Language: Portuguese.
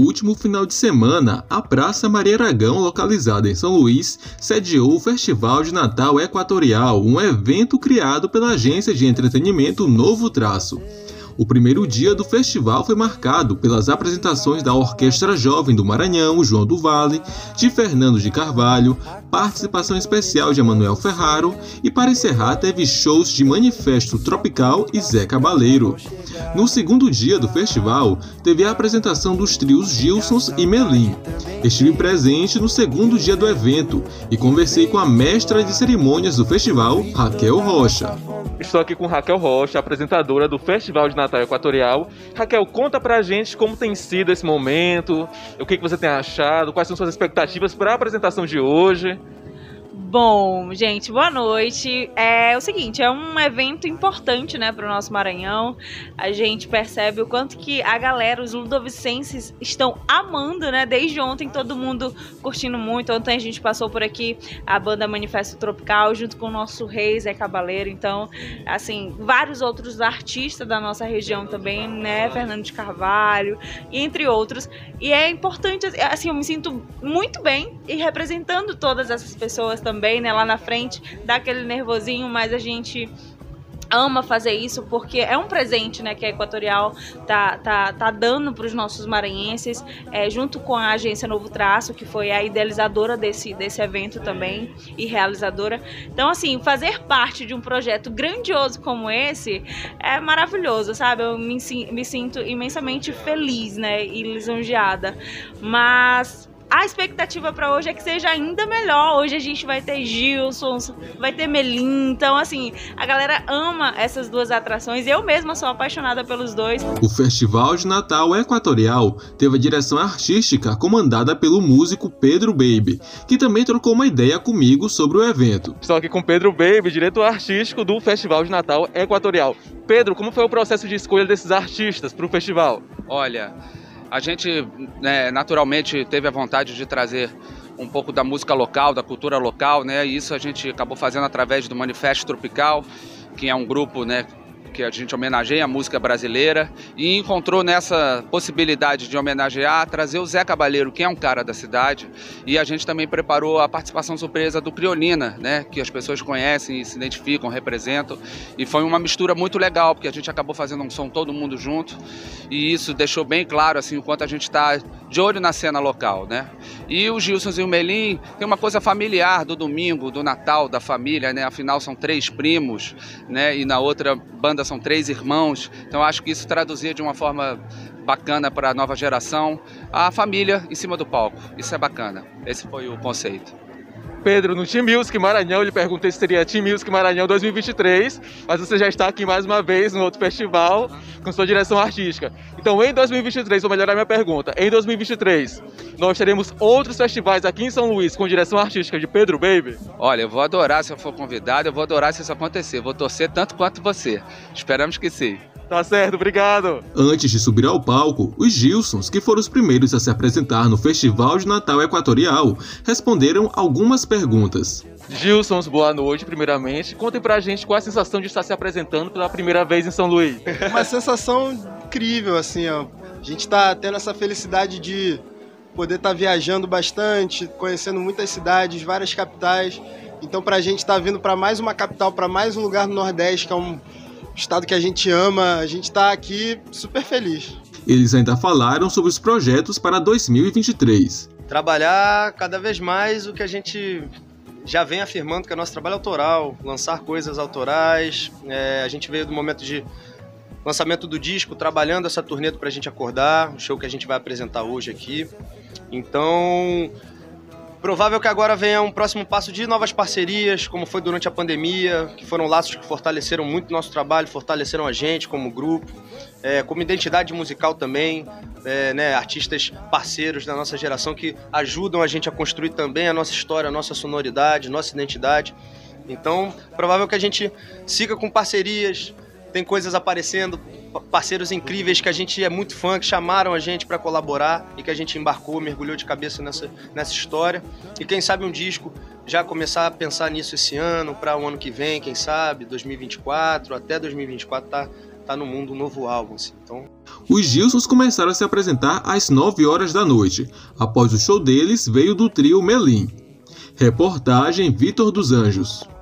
último final de semana, a Praça Maria Aragão, localizada em São Luís, sediou o Festival de Natal Equatorial, um evento criado pela agência de entretenimento Novo Traço. O primeiro dia do festival foi marcado pelas apresentações da Orquestra Jovem do Maranhão, João do Vale, de Fernando de Carvalho, participação especial de Emanuel Ferraro e, para encerrar, teve shows de Manifesto Tropical e Zé Cabaleiro. No segundo dia do festival, teve a apresentação dos trios Gilsons e Melim. Estive presente no segundo dia do evento e conversei com a mestra de cerimônias do festival, Raquel Rocha. Estou aqui com Raquel Rocha, apresentadora do Festival de Natal Equatorial. Raquel, conta pra gente como tem sido esse momento, o que você tem achado, quais são suas expectativas para a apresentação de hoje. Bom, gente, boa noite. É o seguinte, é um evento importante, né, para o nosso Maranhão. A gente percebe o quanto que a galera, os ludovicenses, estão amando, né? Desde ontem, todo mundo curtindo muito. Ontem a gente passou por aqui a banda Manifesto Tropical, junto com o nosso rei, Zé Cabaleiro. Então, assim, vários outros artistas da nossa região também, né? Fernando de Carvalho, entre outros. E é importante, assim, eu me sinto muito bem e representando todas essas pessoas também, né, lá na frente, dá aquele nervosinho, mas a gente ama fazer isso porque é um presente, né, que a Equatorial tá dando para os nossos maranhenses, junto com a agência Novo Traço, que foi a idealizadora desse evento também e realizadora. Então, assim, fazer parte de um projeto grandioso como esse é maravilhoso, sabe? Eu me sinto imensamente feliz, né, e lisonjeada. Mas a expectativa para hoje é que seja ainda melhor. Hoje a gente vai ter Gilsons, vai ter Melim. Então, assim, a galera ama essas duas atrações. Eu mesma sou apaixonada pelos dois. O Festival de Natal Equatorial teve a direção artística comandada pelo músico Pedro Baby, que também trocou uma ideia comigo sobre o evento. Estou aqui com Pedro Baby, diretor artístico do Festival de Natal Equatorial. Pedro, como foi o processo de escolha desses artistas para o festival? Olha, a gente, naturalmente, teve a vontade de trazer um pouco da música local, da cultura local, né? E isso a gente acabou fazendo através do Manifesto Tropical, que é um grupo, né, que a gente homenageia a música brasileira, e encontrou nessa possibilidade de homenagear, trazer o Zé Cabaleiro, que é um cara da cidade, e a gente também preparou a participação surpresa do Criolina, né, que as pessoas conhecem e se identificam, representam, e foi uma mistura muito legal, porque a gente acabou fazendo um som todo mundo junto, e isso deixou bem claro, assim, o quanto a gente está de olho na cena local, né. E o Gilsons e o Melim tem uma coisa familiar do domingo, do Natal, da família, né, afinal são 3 primos, né, e na outra banda são 3 irmãos, então acho que isso traduzia de uma forma bacana para a nova geração a família em cima do palco. Isso é bacana, esse foi o conceito. Pedro, no Team Music Maranhão, eu lhe perguntei se seria Team Music Maranhão 2023, mas você já está aqui mais uma vez no outro festival com sua direção artística. Então, em 2023, vou melhorar minha pergunta, em 2023, nós teremos outros festivais aqui em São Luís com direção artística de Pedro Baby? Olha, eu vou adorar se eu for convidado, eu vou adorar se isso acontecer, vou torcer tanto quanto você. Esperamos que sim. Tá certo, obrigado. Antes de subir ao palco, os Gilsons, que foram os primeiros a se apresentar no Festival de Natal Equatorial, responderam algumas perguntas. Gilsons, boa noite, primeiramente. Contem pra gente qual é a sensação de estar se apresentando pela primeira vez em São Luís. Uma sensação incrível, assim, ó. A gente tá tendo essa felicidade de poder estar viajando bastante, conhecendo muitas cidades, várias capitais. Então, pra gente estar vindo pra mais uma capital, pra mais um lugar no Nordeste, que é um estado que a gente ama, a gente tá aqui super feliz. Eles ainda falaram sobre os projetos para 2023. Trabalhar cada vez mais o que a gente já vem afirmando, que é nosso trabalho autoral, lançar coisas autorais. A gente veio do momento de lançamento do disco, trabalhando essa turnê pra gente acordar, o show que a gente vai apresentar hoje aqui. Então, provável que agora venha um próximo passo de novas parcerias, como foi durante a pandemia, que foram laços que fortaleceram muito o nosso trabalho, fortaleceram a gente como grupo, como identidade musical também, né, artistas parceiros da nossa geração que ajudam a gente a construir também a nossa história, a nossa sonoridade, nossa identidade. Então, provável que a gente siga com parcerias, tem coisas aparecendo, parceiros incríveis que a gente é muito fã, que chamaram a gente para colaborar e que a gente embarcou, mergulhou de cabeça nessa história. E quem sabe um disco, já começar a pensar nisso esse ano, para o ano que vem, quem sabe, 2024, até 2024 tá no mundo um novo álbum, assim. Então... Os Gilsons começaram a se apresentar às 9 horas da noite. Após o show deles, veio do trio Melim. Reportagem Vitor dos Anjos.